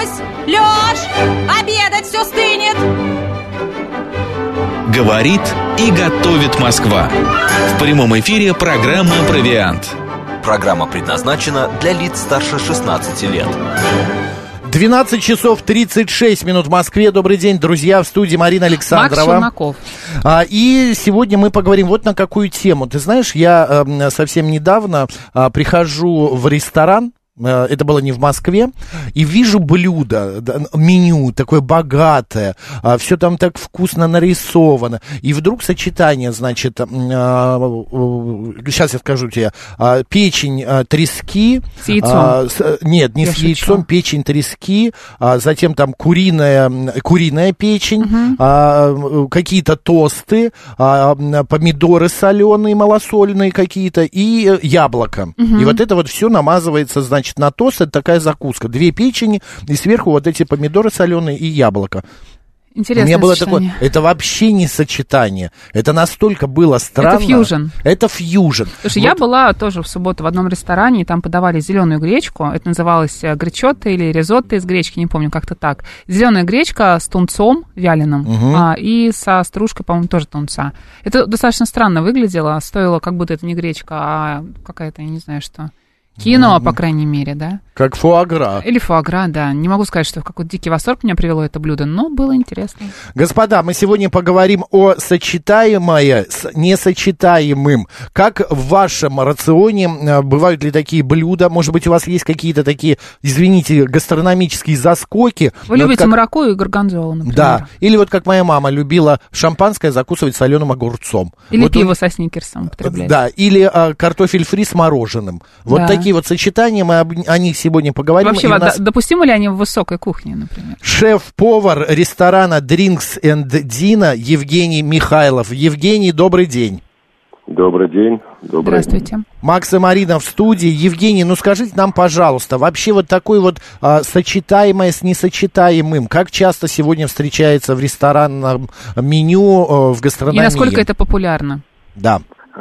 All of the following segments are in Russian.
Лёсь! Лёш! Обедать все стынет! Говорит и готовит Москва. В прямом эфире программа «Провиант». Программа предназначена для лиц старше 16 лет. 12 часов 36 минут в Москве. Добрый день, друзья, в студии Марина Александрова. Макс Челноков. И сегодня мы поговорим вот на какую тему. Ты знаешь, я совсем недавно прихожу в ресторан. Это было не в Москве. И вижу блюдо, меню такое богатое. Все там так вкусно нарисовано. И вдруг сочетание, значит, сейчас я скажу тебе, печень трески. С яйцом. Нет, не с яйцом, печень трески. Затем там куриная печень. Какие-то тосты. Помидоры соленые, малосольные какие-то. И яблоко. И вот это вот все намазывается, значит, на тост. Это такая закуска. 2 печени и сверху вот эти помидоры соленые и яблоко. Интересное У меня было сочетание. такое, это вообще не сочетание. Это настолько было странно. Это фьюжн. Это фьюжн. Слушай, я была тоже в субботу в одном ресторане, и там подавали зеленую гречку. Это называлось гречотто или ризотто из гречки, не помню, как-то так. Зеленая гречка с тунцом вяленым и со стружкой, по-моему, тоже тунца. Это достаточно странно выглядело. Стоило, как будто это не гречка, а какая-то, я не знаю что. Киноа, по крайней мере, да? Как фуагра. Или фуагра, да. Не могу сказать, что в какой-то дикий восторг меня привело это блюдо, но было интересно. Господа, мы сегодня поговорим о сочетаемое с несочетаемым. Как в вашем рационе бывают ли такие блюда? Может быть, у вас есть какие-то такие, извините, гастрономические заскоки? Вы любите маракуйю и горгонзолу, например. Да. Или вот как моя мама любила шампанское закусывать соленым огурцом. Или вот пиво со сникерсом употреблять. Да, или картофель фри с мороженым. Вот да. Такие вот сочетания, мы о них сегодня поговорим. Вообще, допустимы ли они в высокой кухне, например? Шеф-повар ресторана Drinks and Dina Евгений Михайлов. Евгений, добрый день. Добрый день. Здравствуйте. Макс и Марина в студии. Евгений, ну скажите нам, пожалуйста, вообще вот такое вот сочетаемое с несочетаемым, как часто сегодня встречается в ресторанном меню, в гастрономии? И насколько это популярно? Да.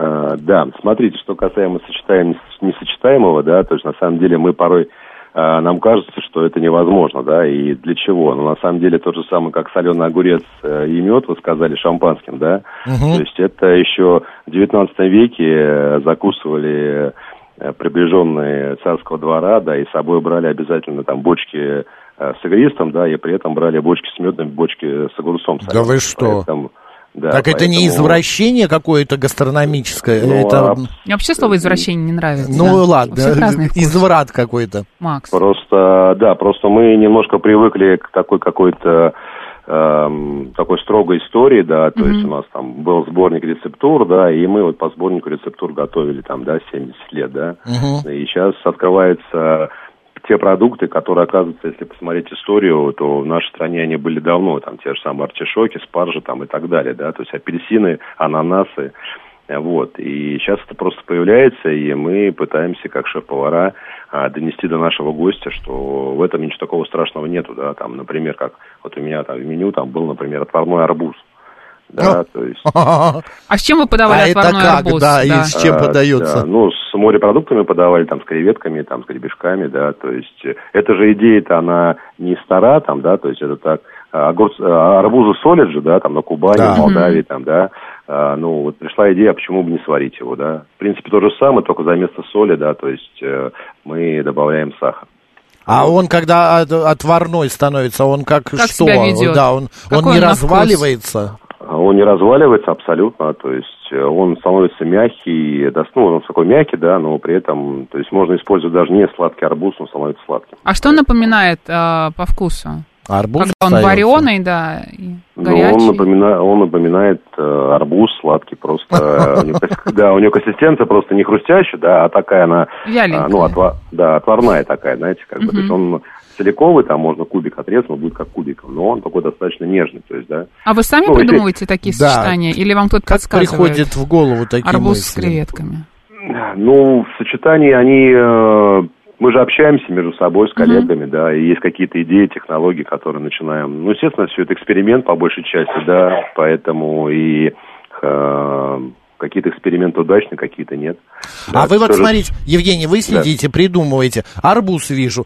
Да, смотрите, что касаемо несочетаемого, да, то есть на самом деле мы порой, нам кажется, что это невозможно, да, и для чего? Но на самом деле то же самое, как соленый огурец и мед, вы сказали, шампанским, да, то есть это еще в 19 веке закусывали приближенные царского двора, да, и с собой брали обязательно там бочки с игристом, да, и при этом брали бочки с медом, бочки с огурцом. Да вы что? Да, так это не извращение какое-то гастрономическое? Ну, это... Мне вообще слово извращение не нравится. Ну да. ладно, изврат какой-то. Макс. Просто мы немножко привыкли к такой какой-то такой строгой истории, да, то есть у нас там был сборник рецептур, да, и мы вот по сборнику рецептур готовили там, да, 70 лет, да, и сейчас открывается... Те продукты, которые, оказывается, если посмотреть историю, то в нашей стране они были давно, там те же самые артишоки, спаржи там и так далее, да, то есть апельсины, ананасы, вот, и сейчас это просто появляется, и мы пытаемся, как шеф-повара, донести до нашего гостя, что в этом ничего такого страшного нету, да, там, например, как вот у меня там в меню там был, например, отварной арбуз. Да, то есть... А с чем вы подавали отварной арбуз? Да, и с чем подается? Да, ну, с морепродуктами подавали, там, с креветками, там, с гребешками, да, то есть, эта же идея-то, она не стара, там, да, то есть, это так, арбузы солят же, да, там, на Кубани, в Молдавии, там, да, ну, вот пришла идея, почему бы не сварить его, да, в принципе, то же самое, только за место соли, да, то есть, мы добавляем сахар. А он, когда отварной становится, он как что? Себя ведет? Да, он не разваливается? Он не разваливается абсолютно, то есть он становится мягкий, он такой мягкий, да, но при этом, то есть можно использовать даже не сладкий арбуз, он становится сладким. А что напоминает по вкусу? Арбуз? Когда он вареный, да, и горячий. Он напоминает арбуз сладкий, просто, да, у него консистенция просто не хрустящая, да, а такая она, отварная такая, знаете, как бы, то есть он... Целиковый, там можно кубик отрезать, он будет как кубиком, но он такой достаточно нежный, то есть, да. А вы сами придумываете такие сочетания, или вам кто-то подсказывает? Как приходит в голову такие мысли? Арбуз с креветками. Ну, в сочетании они... Мы же общаемся между собой с коллегами, да, и есть какие-то идеи, технологии, которые начинаем... Ну, естественно, все это эксперимент по большей части, да, поэтому и... какие-то эксперименты удачные, какие-то нет. А вы вот смотрите, Евгений, вы сидите, придумываете, арбуз вижу,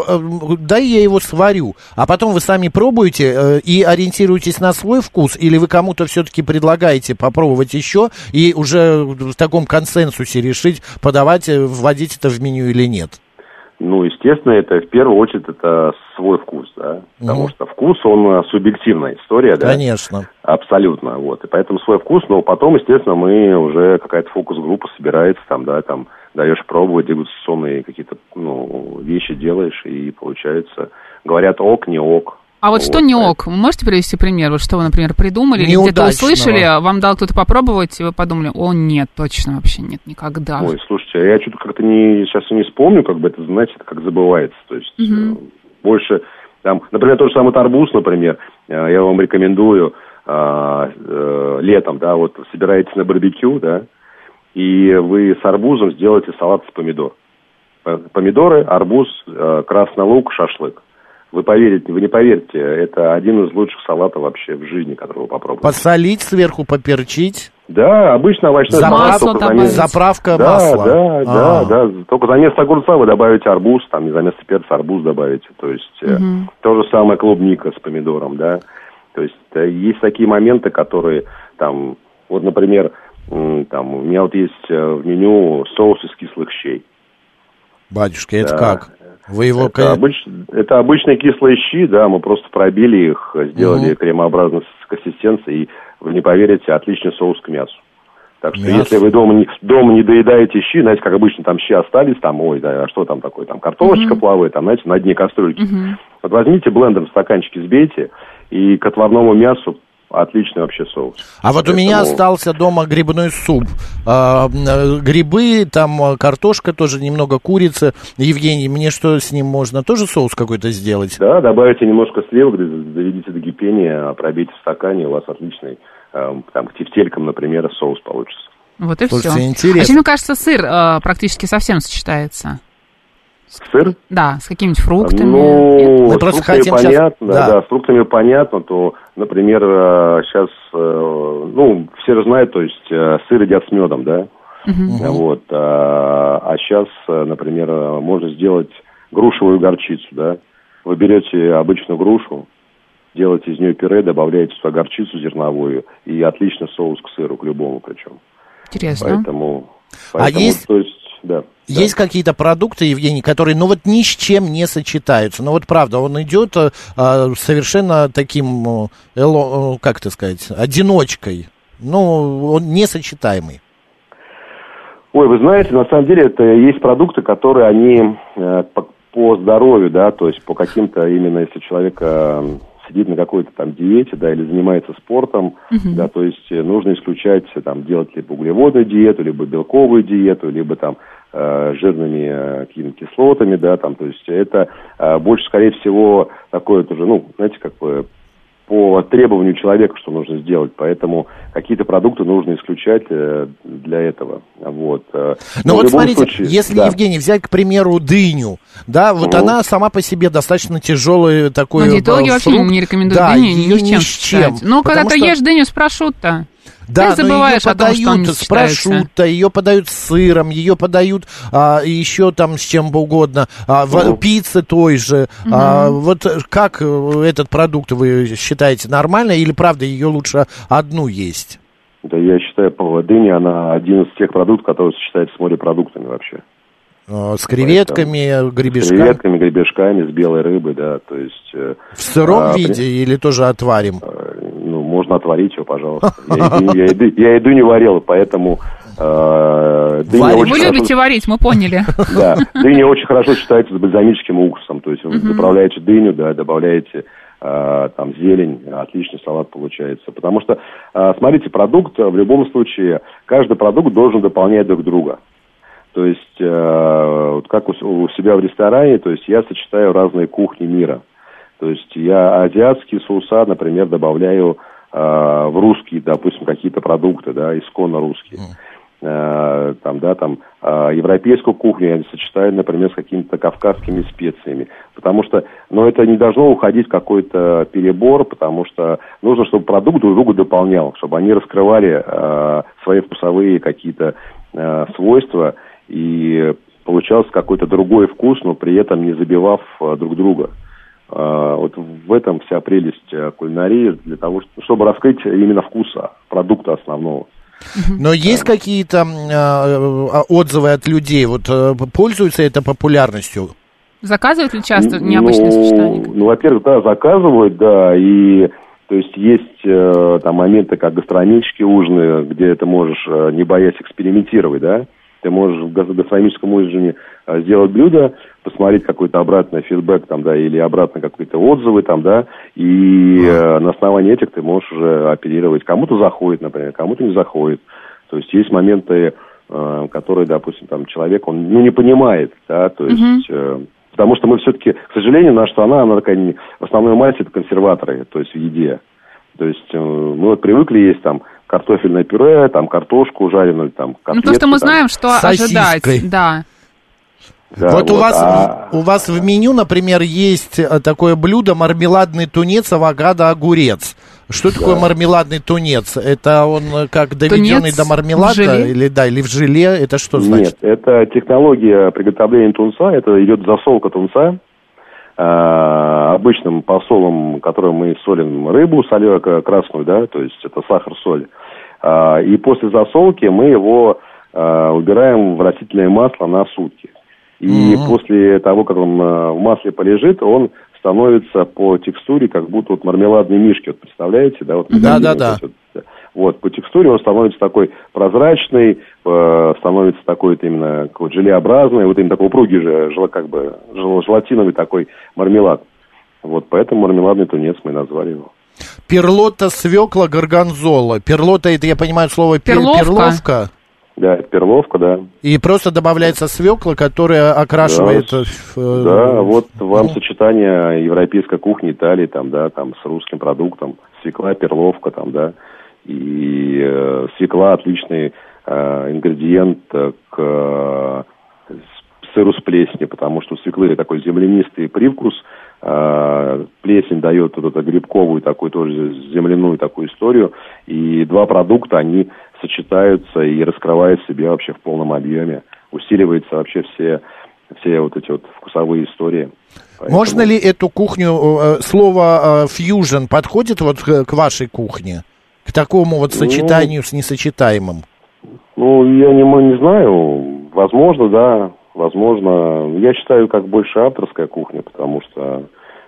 дай я его сварю, а потом вы сами пробуете и ориентируетесь на свой вкус, или вы кому-то все-таки предлагаете попробовать еще и уже в таком консенсусе решить, подавать, вводить это в меню или нет? Ну, естественно, это в первую очередь это свой вкус, да, потому что вкус, он субъективная история, да. Конечно. Абсолютно, вот, и поэтому свой вкус, но потом, естественно, мы уже какая-то фокус-группа собирается, там, да, там, даешь пробовать, дегустационные какие-то, вещи делаешь, и получается, говорят ок, не ок. А вот что не ок? Вы можете привести пример? Вот что вы, например, придумали, или где-то услышали, вам дал кто-то попробовать, и вы подумали, о, нет, точно вообще нет, никогда. Ой, слушайте, я что-то как-то сейчас не вспомню, как бы это, знаете, это как забывается, то есть больше, там, например, тот же самый арбуз, например, я вам рекомендую летом, да, вот собираетесь на барбекю, да, и вы с арбузом сделаете салат из помидор. Помидоры, арбуз, красный лук, шашлык. Вы не поверите, это один из лучших салатов вообще в жизни, который вы попробуете. Посолить сверху, поперчить? Да, обычно овощной салат. Заправка масла. Да. Только заместо огурца вы добавите арбуз, там, заместо перца арбуз добавите. То есть, то же самое клубника с помидором, да. То есть, есть такие моменты, которые, там, вот, например, там, у меня вот есть в меню соус из кислых щей. Батюшки, это как? Вы его... Это обычные кислые щи, да, мы просто пробили их, сделали кремообразной консистенции, и вы не поверите, отличный соус к мясу. Так что если вы дома не доедаете щи, знаете, как обычно там щи остались, там, ой, да, а что там такое, там картошечка плавает, там, знаете, на дне кастрюльки. Вот возьмите блендер в стаканчике, сбейте, и к отварному мясу отличный вообще соус. А вот у меня остался дома грибной суп. Грибы, там картошка тоже, немного курицы. Евгений, мне что с ним можно? Тоже соус какой-то сделать? Да, добавите немножко сливок, доведите до кипения, пробейте в стакане, у вас отличный, там, к тефтелькам, например, соус получится. Вот и Слушайте, все. интересно. А еще, мне кажется, сыр практически совсем сочетается. Сыр? Да, с какими-нибудь фруктами. Ну, мы с фруктами понятно, да, с фруктами понятно, то, например, сейчас, все же знают, то есть сыр едят с медом, да, вот, а сейчас, например, можно сделать грушевую горчицу, да, вы берете обычную грушу, делаете из нее пюре, добавляете туда горчицу зерновую, и отличный соус к сыру, к любому причем. Интересно. Поэтому есть... то есть, да. Есть какие-то продукты, Евгений, которые, ни с чем не сочетаются. Вот правда, он идет совершенно таким, как это сказать, одиночкой. Он несочетаемый. Ой, вы знаете, на самом деле это есть продукты, которые они по здоровью, да, то есть по каким-то именно, если человек сидит на какой-то там диете, да, или занимается спортом, да, то есть нужно исключать, там, делать либо углеводную диету, либо белковую диету, либо там жирными какими-то кислотами, да, там, то есть это больше, скорее всего, такое тоже, знаете, как бы по требованию человека, что нужно сделать, поэтому какие-то продукты нужно исключать для этого, вот. Но вот смотрите, случае, если, Евгений, взять, к примеру, дыню, да, вот она сама по себе достаточно тяжелый такой фрукт. Диетологи вообще не рекомендуют дыню ни с чем. Но когда ты ешь дыню с прошутто, да, ты забываешь но ее подают с прошутто, ее подают с сыром, ее подают еще там с чем угодно, пиццы той же. Вот как этот продукт вы считаете, нормально или правда ее лучше одну есть? Да, я считаю, дыня, она один из тех продуктов, который сочетается с морепродуктами вообще. С креветками, гребешками? С креветками, гребешками, с белой рыбой, да, то есть... В сыром виде или тоже отварим? Можно отварить его, пожалуйста. Я еду не варил, поэтому... Вы любите варить, мы поняли. Да, дыня очень хорошо считается с бальзамическим уксусом, то есть вы заправляете дыню, да, добавляете там зелень, отличный салат получается. Потому что, смотрите, продукт в любом случае, каждый продукт должен дополнять друг друга. То есть, вот как у себя в ресторане, то есть я сочетаю разные кухни мира. То есть я азиатские соуса, например, добавляю в русские, допустим, какие-то продукты, да, исконно русские. европейскую кухню я сочетаю, например, с какими-то кавказскими специями. Потому что, это не должно уходить в какой-то перебор, потому что нужно, чтобы продукт друг друга дополнял, чтобы они раскрывали свои вкусовые какие-то свойства, и получался какой-то другой вкус, но при этом не забивав друг друга. Вот в этом вся прелесть кулинарии, для того, чтобы раскрыть именно вкус продукта основного. Но есть какие-то отзывы от людей? Вот пользуются это популярностью? Заказывают ли часто необычные сочетания? Во-первых, да, заказывают, да, и то есть там моменты, как гастрономические ужины, где ты можешь, не боясь экспериментировать, да, ты можешь в гастрономическом ужине сделать блюдо, посмотреть какой-то обратный фидбэк, там, да, или обратно какие-то отзывы, там, да, и на основании этих ты можешь уже оперировать. Кому-то заходит, например, кому-то не заходит. То есть есть моменты, которые, допустим, там, человек, он не понимает, да, то есть... Потому что мы все-таки, к сожалению, наша страна, она такая, в основной массе это консерваторы, то есть в еде. То есть мы вот привыкли есть там картофельное пюре, там картошку жареную, там котлетки. То, что мы знаем, что ожидать, да. Да, вот у вас в меню, например, есть такое блюдо мармеладный тунец, авокадо, огурец. Что такое мармеладный тунец? Это он как доведенный до мармелада или в желе? Это что значит? Нет, это технология приготовления тунца. Это идет засолка тунца обычным посолом, которым мы солим рыбу, красную, да, то есть это сахар-соль. И после засолки мы его убираем в растительное масло на сутки. И после того, как он в масле полежит, он становится по текстуре, как будто вот мармеладные мишки, вот представляете, да? Вот, да. Вот, по текстуре он становится такой прозрачный, становится такой вот именно вот желеобразный, вот именно такой упругий же, как бы желатиновый такой мармелад. Вот, поэтому мармеладный тунец мы назвали его. Перлотта, свекла, горгонзола. Перлотта, это, я понимаю, слово перловка. Да, это перловка, да. И просто добавляется свекла, которая окрашивает... Да, вот вам сочетание европейской кухни Италии, там, да, там, с русским продуктом. Свекла, перловка, там, да. И свекла отличный ингредиент к сыру с плесенью, потому что у свеклы такой землянистый привкус. Плесень дает вот эту грибковую такую тоже земляную такую историю. И два продукта, они сочетаются и раскрывают себя вообще в полном объеме. Усиливаются вообще все вот эти вот вкусовые истории. Поэтому... Можно ли эту кухню, слово фьюжн подходит вот к вашей кухне? К такому вот сочетанию с несочетаемым? Я не знаю. Возможно, да. Возможно. Я считаю, как больше авторская кухня, потому что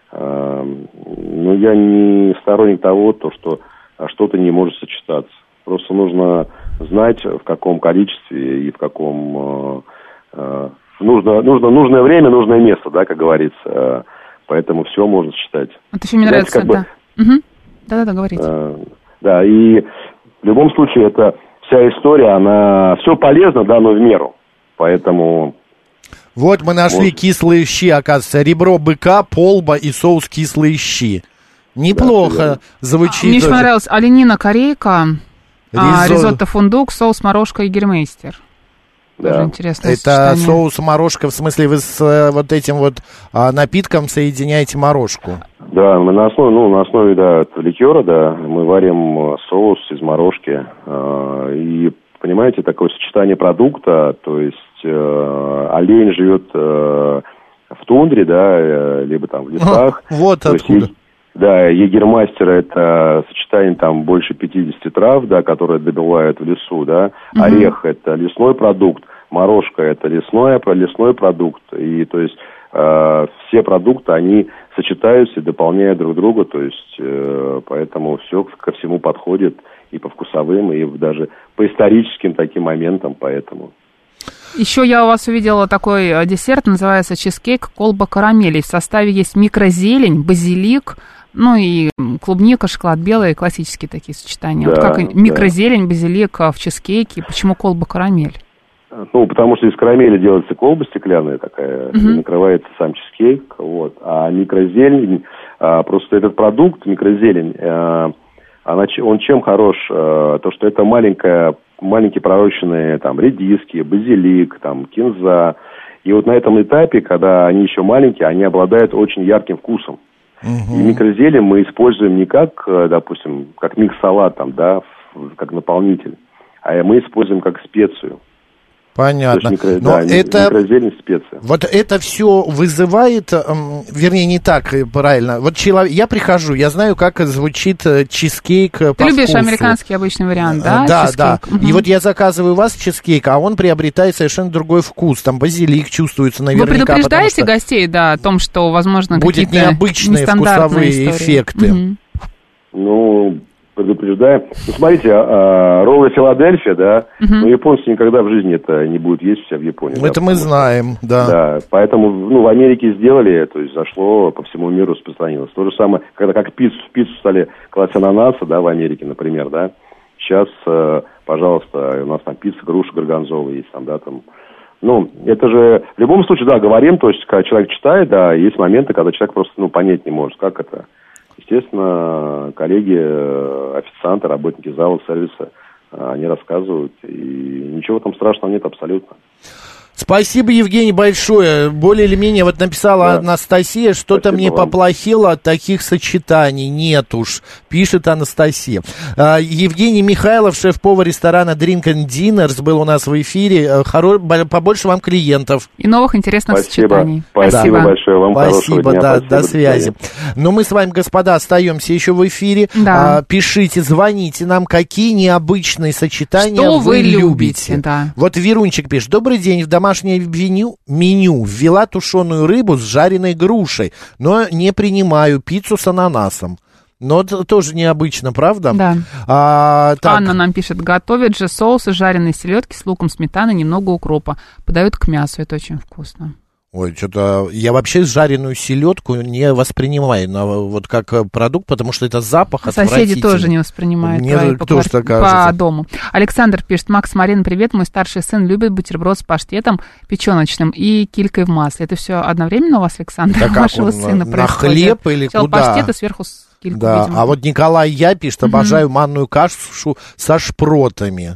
я не сторонник того, что что-то не может сочетаться. Просто нужно знать, в каком количестве и в каком... нужное время, нужное место, да, как говорится. Поэтому все можно сочетать. Это еще мне нравится, да. Да-да-да, говорите. Да, и в любом случае, это вся история, она... Все полезно, да, но в меру. Поэтому... Вот мы нашли кислые щи, оказывается. Ребро быка, полба и соус кислые щи. Неплохо звучит. Мне еще понравилось оленина корейка, ризотто фундук, соус морожка и гермейстер. Да. Интересное это сочетание. Соус морожка, в смысле вы с вот этим вот напитком соединяете морожку? Да, мы на основе да, ликера, да, мы варим соус из морожки. И, понимаете, такое сочетание продукта, то есть олень живет в тундре, да, либо там в лесах. Вот откуда. Да, егермастер — это сочетание там больше 50 трав, да, которые добывают в лесу, да. Орех — это лесной продукт, морожка — это лесной продукт. И то есть все продукты, они сочетаются и дополняют друг друга, то есть поэтому все ко всему подходит и по вкусовым, и даже по историческим таким моментам, поэтому... Еще я у вас увидела такой десерт, называется чизкейк колба карамели. В составе есть микрозелень, базилик, и клубника, шоколад белый, классические такие сочетания. Да, вот как микрозелень, базилик в чизкейке, почему колба карамель? Потому что из карамели делается колба стеклянная такая, и накрывается сам чизкейк, вот. А микрозелень, просто этот продукт, микрозелень, он чем хорош? То, что это маленькая маленькие пророщенные там редиски, базилик, там кинза. И вот на этом этапе, когда они еще маленькие, они обладают очень ярким вкусом. И микрозелень мы используем не как, допустим, как микс-салат, там, да, как наполнитель, а мы используем как специю. Понятно. Но это микрозелень, специя. Вот это все вызывает, вернее, не так правильно. Вот я прихожу, я знаю, как звучит чизкейк по Ты любишь вкусу. Американский обычный вариант, да? Да, чизкейк? да. И вот я заказываю у вас чизкейк, а он приобретает совершенно другой вкус. Там базилик чувствуется наверняка. Вы предупреждаете гостей, да, о том, что, возможно, будет какие-то необычные нестандартные вкусовые истории. эффекты. Ну, предупреждаем. Ну, смотрите, роллы Филадельфия, да, но японцы никогда в жизни это не будут есть все в Японии. Это да, мы знаем, да. Да, поэтому, в Америке сделали, то есть зашло по всему миру, распространилось. То же самое, когда как в пиццу стали класть ананасы, да, в Америке, например, да, сейчас, пожалуйста, у нас там пицца, груша горгонзола есть, там, да, там. Ну, это же, в любом случае, да, говорим, то есть, когда человек читает, да, есть моменты, когда человек просто, понять не может, как это. Естественно, коллеги, официанты, работники зала, сервиса, они рассказывают, и ничего там страшного нет абсолютно. Спасибо, Евгений, большое. Более или менее, вот написала Анастасия, что-то мне поплохело от таких сочетаний. Нет уж, пишет Анастасия. Евгений Михайлов, шеф-повар ресторана Drink and Dinners, был у нас в эфире. Побольше вам клиентов. И новых интересных сочетаний. Спасибо большое, вам хорошего дня. Спасибо, до связи. Но мы с вами, господа, остаемся еще в эфире. Да. Пишите, звоните нам, какие необычные сочетания что вы любите. Да. Вот Верунчик пишет: добрый день, в домашнее меню ввела тушеную рыбу с жареной грушей, но не принимаю пиццу с ананасом. Но это тоже необычно, правда? Да. Так. Анна нам пишет: готовят же соусы жареной селедки с луком, сметаной, немного укропа. Подают к мясу, это очень вкусно. Ой, что-то я вообще жареную селедку не воспринимаю вот как продукт, потому что это запах отвратительный. Соседи тоже не воспринимают. Мне тоже так кажется. По дому. Александр пишет: Макс, Марина, привет. Мой старший сын любит бутерброд с паштетом печеночным и килькой в масле. Это все одновременно у вас, Александр? Да как вашего он, сына на происходит? хлеб или сначала куда? Паштет и сверху кильку, да, видимо. а вот Николай Я пишет: обожаю манную кашу со шпротами.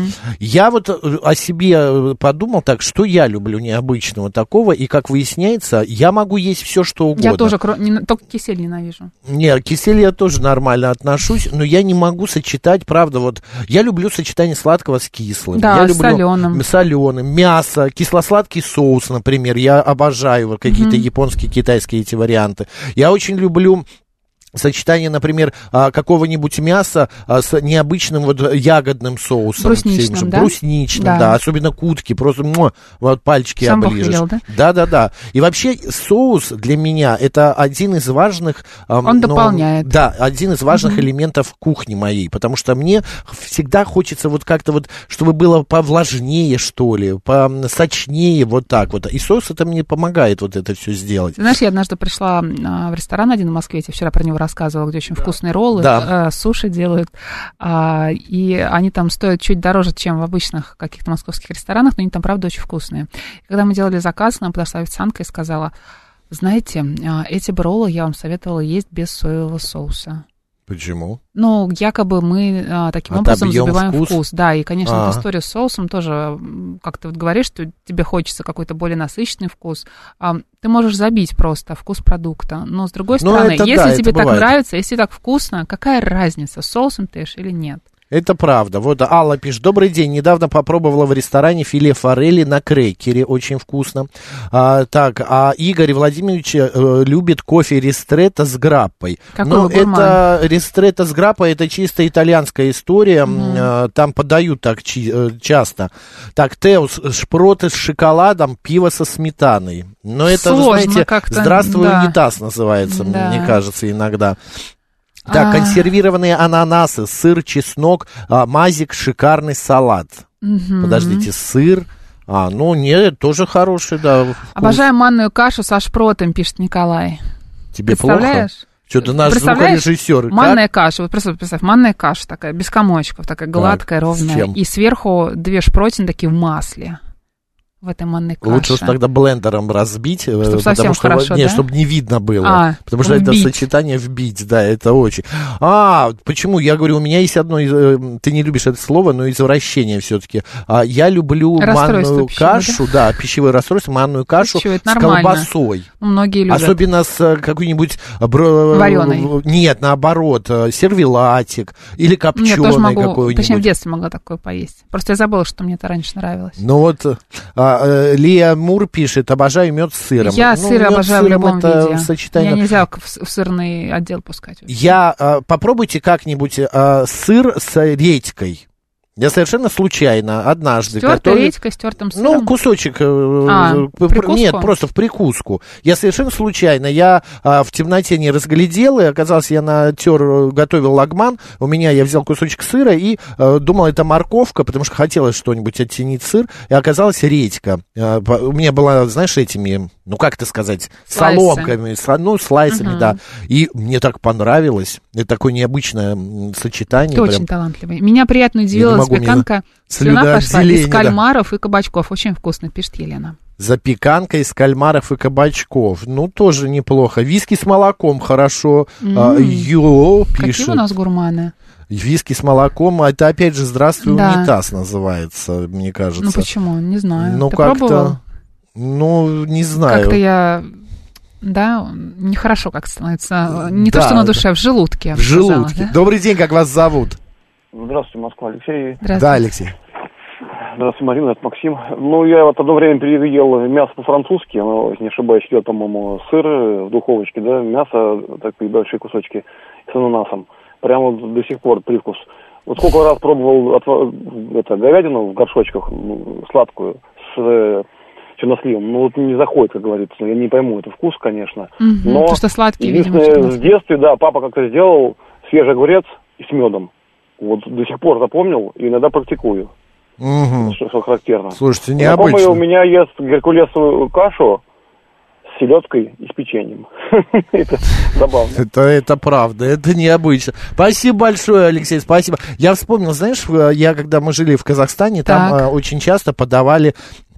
Я вот о себе подумал так, что я люблю необычного такого, и как выясняется, я могу есть все, что угодно. Я тоже, только кисель ненавижу. Нет, к киселю я тоже нормально отношусь, но я не могу сочетать, правда, вот, я люблю сочетание сладкого с кислым. Да, я с люблю соленым. Мясо, кисло-сладкий соус, например, я обожаю вот какие-то японские, китайские эти варианты. Я очень люблю сочетание, например, какого-нибудь мяса с необычным вот ягодным соусом. Брусничным, да? Брусничным, да. Особенно к утке, просто вот пальчики сам оближешь. Бог велел, да? И вообще соус для меня это один из важных... Он дополняет. Да, один из важных элементов кухни моей, потому что мне всегда хочется вот как-то вот, чтобы было повлажнее, что ли, посочнее, вот так вот. И соус это мне помогает вот это все сделать. Ты знаешь, я однажды пришла в ресторан один в Москве, я тебе вчера про него рассказывала, где очень вкусные роллы, суши делают, и они там стоят чуть дороже, чем в обычных каких-то московских ресторанах, но они там, правда, очень вкусные. И когда мы делали заказ, нам подошла официантка и сказала: знаете, эти бы роллы я вам советовала есть без соевого соуса. Почему? Ну, якобы мы таким образом забиваем вкус. Да, и, конечно, эта история с соусом тоже, как ты вот говоришь, что тебе хочется какой-то более насыщенный вкус. Ты можешь забить просто вкус продукта. Но, с другой стороны, если тебе так нравится, если так вкусно, какая разница, соусом ты ешь или нет? Это правда. Вот Алла пишет: добрый день. Недавно попробовала в ресторане филе форели на крекере. Очень вкусно. Игорь Владимирович любит кофе ристретто с граппой. Но это ристретто с граппой, это чисто итальянская история. Там подают так часто. Так, Теус, шпроты с шоколадом, пиво со сметаной. Но это, сложно, знаете, как-то, здравствуй, унитаз называется, мне кажется, иногда. Так, консервированные ананасы, сыр, чеснок, мазик, шикарный салат. Подождите, сыр. Нет, тоже хороший, да. Вкус. Обожаю манную кашу со шпротом, пишет Николай. Тебе плохо? Что-то наш звукорежиссер. Манная каша, вот представь, манная каша такая, без комочков, такая гладкая, ровная. И сверху 2 шпротины такие в масле. в этой манной каше. Лучше уж тогда блендером разбить, чтобы совсем хорошо, нет, да? чтобы не видно было. Потому что это сочетание вбить, да, это очень. Почему? Я говорю, у меня есть одно, ты не любишь это слово, но извращение все-таки. Я люблю манную кашу, да, пищевое расстройство, манную кашу с колбасой. Многие любят. Особенно с какой-нибудь... Вареной. Нет, наоборот, сервелатик или копченый какой-нибудь. Точнее, в детстве могла такое поесть. Просто я забыла, что мне это раньше нравилось. Ну вот, Лия Мур пишет, обожаю мед с сыром. Я сыр обожаю в любом виде. Сочетание... Меня нельзя в сырный отдел пускать. Попробуйте как-нибудь сыр с редькой. Я совершенно случайно однажды готовил... редькой, с тертым сыром? Ну, кусочек. Нет, просто в прикуску. Я совершенно случайно. Я в темноте не разглядел, и оказалось, я готовил лагман. Я взял кусочек сыра и думал, это морковка, потому что хотелось что-нибудь оттенить сыр. И оказалось редька. У меня была, знаешь, этими, как это сказать, соломками, слайсами, да. И мне так понравилось. Это такое необычное сочетание. Ты очень талантливый. Меня приятно удивило. Запеканка слюна пошла из кальмаров и кабачков. Очень вкусно, пишет Елена. Запеканка из кальмаров и кабачков. Тоже неплохо. Виски с молоком хорошо. Пишет. Какие у нас гурманы. Виски с молоком, это опять же «Здравствуй, унитаз» называется, мне кажется. Почему? Не знаю. Ты как-то, пробовал? Не знаю. Как-то я... Да, нехорошо как становится. Не то, что на душе, в желудке. Я бы сказала, да? Добрый день, как вас зовут? Здравствуйте, Москва, Алексей. Здравствуйте. Да, Алексей. Здравствуйте, Марина, это Максим. Я одно время переел мясо по-французски, оно, если не ошибаюсь, идет, по-моему, сыр в духовочке, да, мясо, такие большие кусочки с ананасом. Прямо до сих пор привкус. Сколько раз пробовал говядину в горшочках, сладкую, с черносливом, не заходит, как говорится. Я не пойму, это вкус, конечно. Но потому что сладкий, видимо, в детстве, да, папа как-то сделал свежий огурец с медом. До сих пор запомнил и иногда практикую. Что характерно. Слушайте, необычно. Знакомый у меня ест геркулесовую кашу с селедкой и с печеньем. Это забавно. Это правда, это необычно. Спасибо большое, Алексей, спасибо. Я вспомнил, знаешь, когда мы жили в Казахстане, там очень часто подавали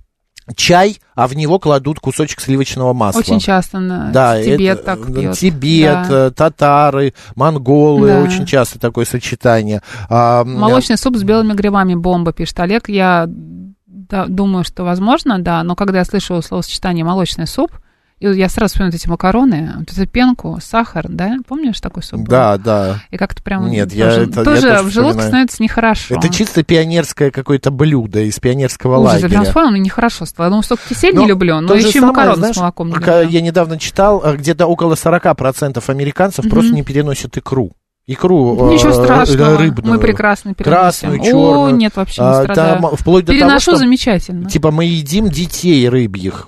чай, а в него кладут кусочек сливочного масла. Очень часто, да, Тибет так пьет. Тибет, татары, монголы, очень часто такое сочетание. Молочный суп с белыми грибами, бомба, пишет Олег. Я думаю, что возможно, да, но когда я слышу словосочетание «молочный суп», и я сразу вспоминаю эти макароны, эту пенку, сахар, да? Помнишь такой суп? Да, да. И как-то прям... Нет, тоже в желудке становится нехорошо. Это чисто пионерское какое-то блюдо из пионерского лагеря. Я прям вспомнила, нехорошо стало. Я думаю, что кисель не люблю, но еще и макароны с молоком не люблю. Я недавно читал, где-то около 40% американцев просто не переносят икру. Ничего страшного, рыбную. Мы прекрасно переносим. Красную, черную. О, нет, вообще не страдаю. Вплоть до Переношу того, что, замечательно. мы едим детей рыбьих.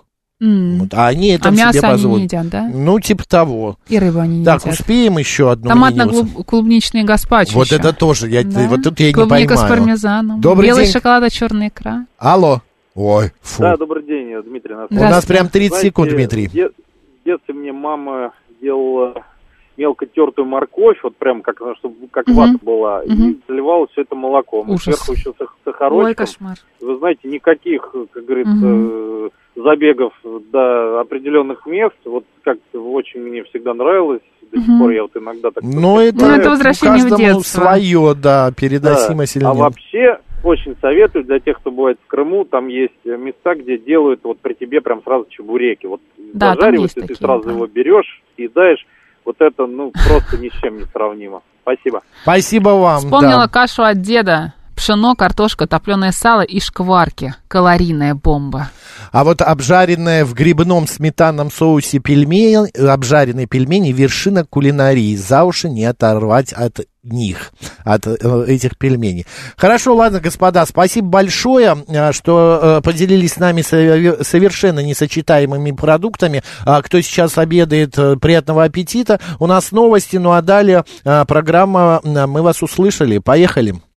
А они это мясо себе позволят. Они не едят, да? Типа того. И рыбу они не едят. Так, успеем еще одну томатно-клубничный гаспачо. Вот это тоже, вот тут я не понимаю. Клубника с пармезаном. Добрый белый день. шоколад, а черная икра. Алло. Ой, фу. Да, добрый день, Дмитрий. У нас прям 30 секунд, Дмитрий. В детстве мне мама делала мелко тертую морковь, прям как вата была, и заливала все это молоком. Ужас. Сверху еще сахарочком. Ой, кошмар. Вы знаете, никаких, как говорится, забегов до определенных мест. Как-то очень мне всегда нравилось. До сих пор я иногда так... это возвращение в детство. Свое, да, переносимость или нет. А вообще... Очень советую для тех, кто бывает в Крыму, там есть места, где делают при тебе прям сразу чебуреки. Зажаривают, и ты сразу его берешь, съедаешь. Это, просто ни с чем не сравнимо. Спасибо. Спасибо вам. Вспомнила кашу от деда. Пшено, картошка, топленое сало и шкварки. Калорийная бомба. А обжаренные в грибном сметанном соусе обжаренные пельмени — вершина кулинарии. За уши не оторвать от них, от этих пельменей. Хорошо, ладно, господа, спасибо большое, что поделились с нами совершенно несочетаемыми продуктами. Кто сейчас обедает, приятного аппетита. У нас новости, а далее программа «Мы вас услышали». Поехали.